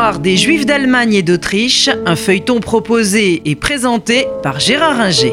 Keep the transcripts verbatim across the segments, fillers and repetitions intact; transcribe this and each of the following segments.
L'histoire des Juifs d'Allemagne et d'Autriche, un feuilleton proposé et présenté par Gérard Inger.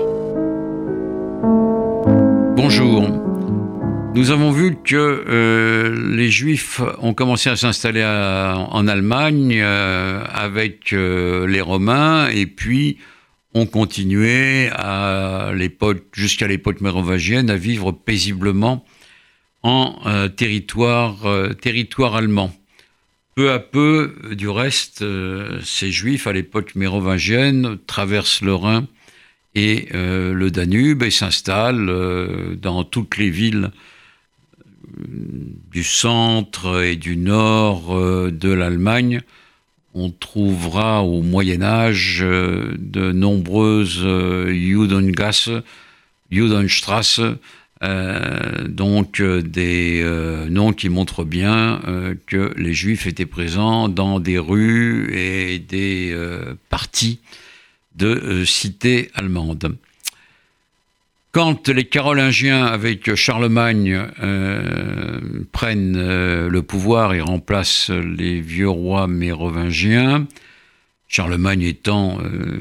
Bonjour. Nous avons vu que euh, les Juifs ont commencé à s'installer à, en Allemagne euh, avec euh, les Romains et puis ont continué à l'époque, jusqu'à l'époque mérovingienne à vivre paisiblement en euh, territoire, euh, territoire allemand. Peu à peu, du reste, euh, ces Juifs, à l'époque mérovingienne, traversent le Rhin et euh, le Danube et s'installent euh, dans toutes les villes euh, du centre et du nord euh, de l'Allemagne. On trouvera au Moyen-Âge euh, de nombreuses euh, Judengasse, Judenstrasse, Euh, donc euh, des euh, noms qui montrent bien euh, que les Juifs étaient présents dans des rues et des euh, parties de euh, cités allemandes. Quand les Carolingiens, avec Charlemagne, euh, prennent euh, le pouvoir et remplacent les vieux rois mérovingiens, Charlemagne étant euh,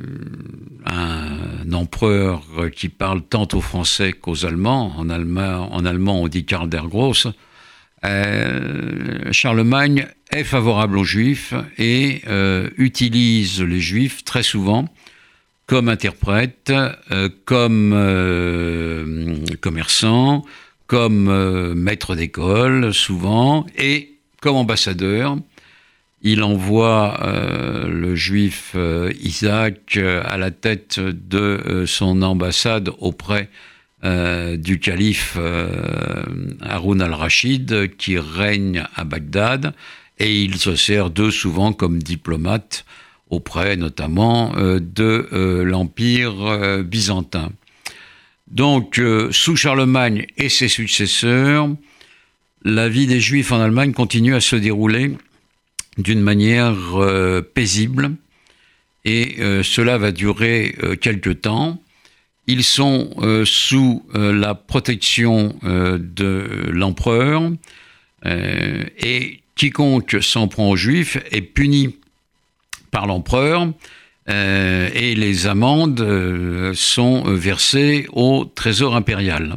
un empereur qui parle tant aux Français qu'aux Allemands, en allemand, en allemand on dit Karl der Grosse, euh, Charlemagne est favorable aux Juifs et euh, utilise les Juifs très souvent comme interprètes, euh, comme euh, commerçants, comme euh, maîtres d'école souvent et comme ambassadeurs. Il envoie euh, le juif euh, Isaac euh, à la tête de euh, son ambassade auprès euh, du calife euh, Haroun al-Rachid qui règne à Bagdad et il se sert d'eux souvent comme diplomate auprès notamment euh, de euh, l'Empire euh, byzantin. Donc, euh, sous Charlemagne et ses successeurs, la vie des Juifs en Allemagne continue à se dérouler d'une manière euh, paisible, et euh, cela va durer euh, quelque temps. Ils sont euh, sous euh, la protection euh, de l'empereur, euh, et quiconque s'en prend aux Juifs est puni par l'empereur, euh, et les amendes euh, sont versées au trésor impérial.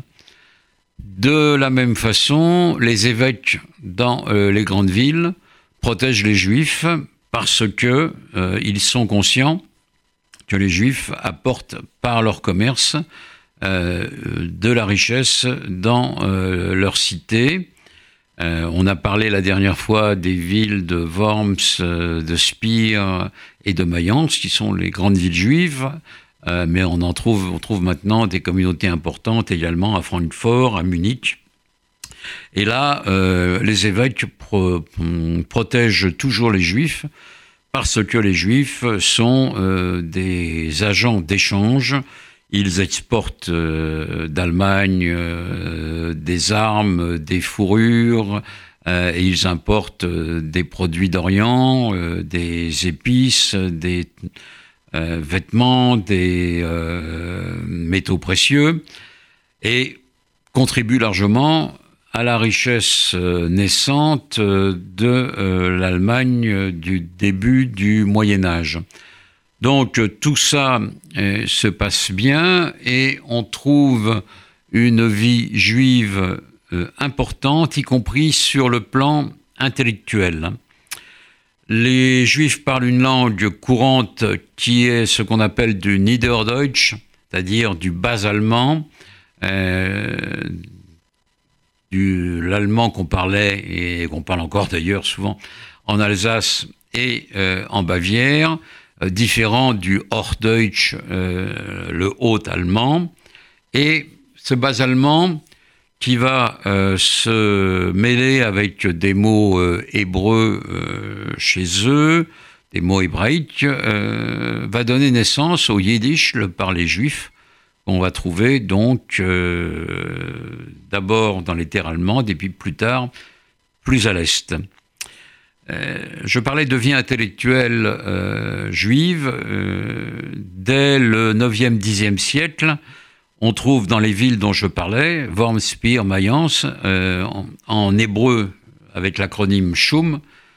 De la même façon, les évêques dans euh, les grandes villes protègent les Juifs parce que euh, ils sont conscients que les Juifs apportent par leur commerce euh, de la richesse dans euh, leur cité. Euh, on a parlé la dernière fois des villes de Worms, euh, de Speyer et de Mayence, qui sont les grandes villes juives, euh, mais on en trouve, on trouve maintenant des communautés importantes également à Francfort, à Munich. Et là, euh, les évêques pro- protègent toujours les Juifs parce que les Juifs sont euh, des agents d'échange. Ils exportent euh, d'Allemagne euh, des armes, des fourrures, euh, et ils importent euh, des produits d'Orient, euh, des épices, des euh, vêtements, des euh, métaux précieux, et contribuent largement à la richesse euh, naissante euh, de euh, l'Allemagne du début du Moyen-Âge. Donc euh, tout ça euh, se passe bien et on trouve une vie juive euh, importante, y compris sur le plan intellectuel. Les Juifs parlent une langue courante qui est ce qu'on appelle du Niederdeutsch, c'est-à-dire du bas allemand, euh, du l'allemand qu'on parlait et qu'on parle encore d'ailleurs souvent en Alsace et euh, en Bavière, euh, différent du Hochdeutsch, euh, le haut allemand, et ce bas allemand qui va euh, se mêler avec des mots euh, hébreux euh, chez eux, des mots hébraïques, euh, va donner naissance au yiddish, le parler juif, qu'on va trouver donc euh, d'abord dans les terres allemandes et puis plus tard, plus à l'est. Euh, je parlais de vie intellectuelle euh, juive. Euh, dès le neuvième dixième siècle, on trouve dans les villes dont je parlais, Worms, Speyer, Mayence, euh, en, en hébreu avec l'acronyme Shum,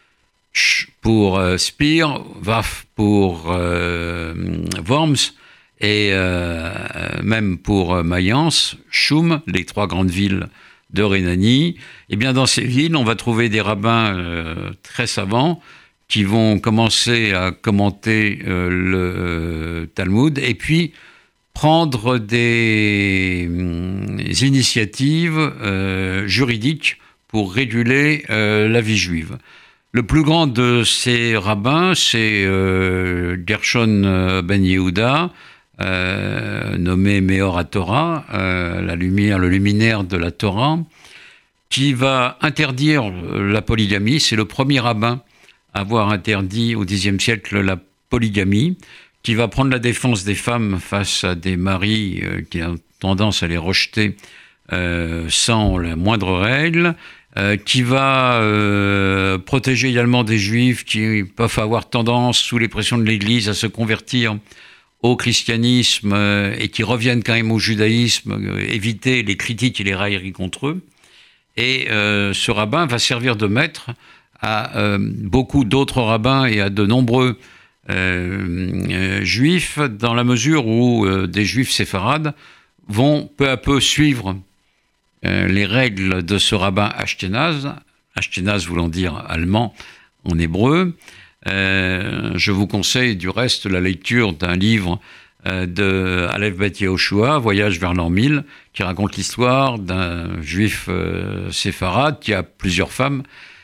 Sch pour euh, Speer, Waf pour euh, Worms, et euh, même pour euh, Mayence, Chum, les trois grandes villes de Rhénanie. Et bien dans ces villes, on va trouver des rabbins euh, très savants qui vont commencer à commenter euh, le euh, Talmud et puis prendre des, des initiatives euh, juridiques pour réguler euh, la vie juive. Le plus grand de ces rabbins, c'est euh, Gershon ben Yehuda, euh, nommé Meor HaTorah, euh, la lumière, le luminaire de la Torah, qui va interdire la polygamie. C'est le premier rabbin à avoir interdit au dixième siècle la polygamie, qui va prendre la défense des femmes face à des maris euh, qui ont tendance à les rejeter euh, sans la moindre règle, euh, qui va euh, protéger également des juifs qui peuvent avoir tendance, sous les pressions de l'Église, à se convertir au christianisme euh, et qui reviennent quand même au judaïsme, euh, éviter les critiques et les railleries contre eux. Et euh, ce rabbin va servir de maître à euh, beaucoup d'autres rabbins et à de nombreux euh, euh, juifs, dans la mesure où euh, des juifs séfarades vont peu à peu suivre euh, les règles de ce rabbin Ashkenaz, Ashkenaz voulant dire allemand en hébreu. Euh, je vous conseille du reste la lecture d'un livre euh, de Aleph Bet Yehoshua, Voyage vers l'an mille, qui raconte l'histoire d'un juif euh, séfarade qui a plusieurs femmes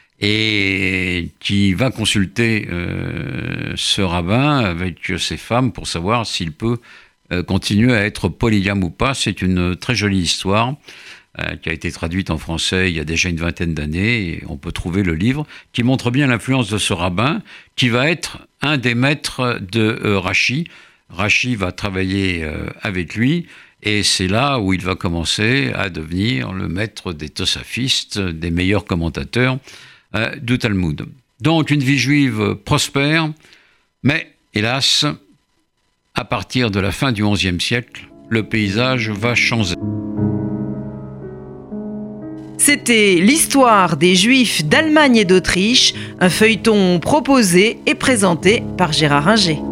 et qui va consulter euh, ce rabbin avec ses femmes pour savoir s'il peut euh, continuer à être polygame ou pas. C'est une très jolie histoire euh, qui a été traduite en français il y a déjà une vingtaine d'années, et on peut trouver le livre qui montre bien l'influence de ce rabbin qui va être un des maîtres de euh, Rashi. Rashi va travailler euh, avec lui, et c'est là où il va commencer à devenir le maître des tosafistes, des meilleurs commentateurs euh, du Talmud. Donc une vie juive prospère, mais hélas, à partir de la fin du onzième siècle, le paysage va changer. C'était l'histoire des Juifs d'Allemagne et d'Autriche, un feuilleton proposé et présenté par Gérard Ringer.